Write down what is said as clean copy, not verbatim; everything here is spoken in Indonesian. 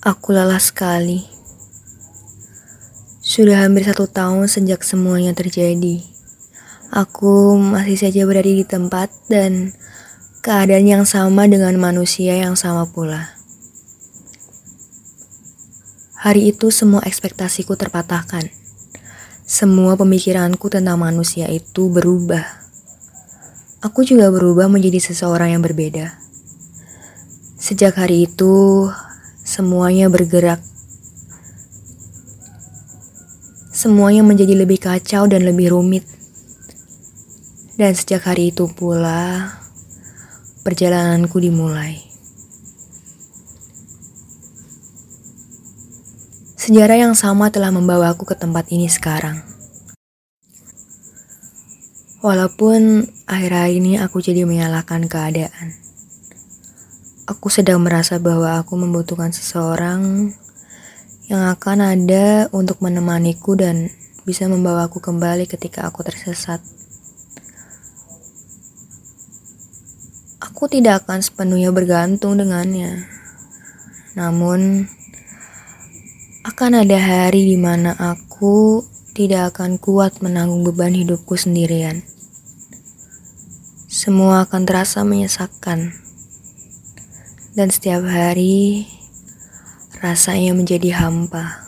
Aku lelah sekali. Sudah hampir 1 tahun sejak semuanya terjadi. Aku masih saja berada di tempat dan keadaan yang sama dengan manusia yang sama pula. Hari itu semua ekspektasiku terpatahkan. Semua pemikiranku tentang manusia itu berubah. Aku juga berubah menjadi seseorang yang berbeda. Sejak hari itu, semuanya bergerak. Semuanya menjadi lebih kacau dan lebih rumit. Dan sejak hari itu pula, perjalananku dimulai. Sejarah yang sama telah membawaku ke tempat ini sekarang. Walaupun akhir-akhir ini aku jadi menyalahkan keadaan. Aku sedang merasa bahwa aku membutuhkan seseorang yang akan ada untuk menemaniku dan bisa membawaku kembali ketika aku tersesat. Aku tidak akan sepenuhnya bergantung dengannya. Namun, akan ada hari di mana aku tidak akan kuat menanggung beban hidupku sendirian. Semua akan terasa menyesakkan. Dan setiap hari, rasanya menjadi hampa.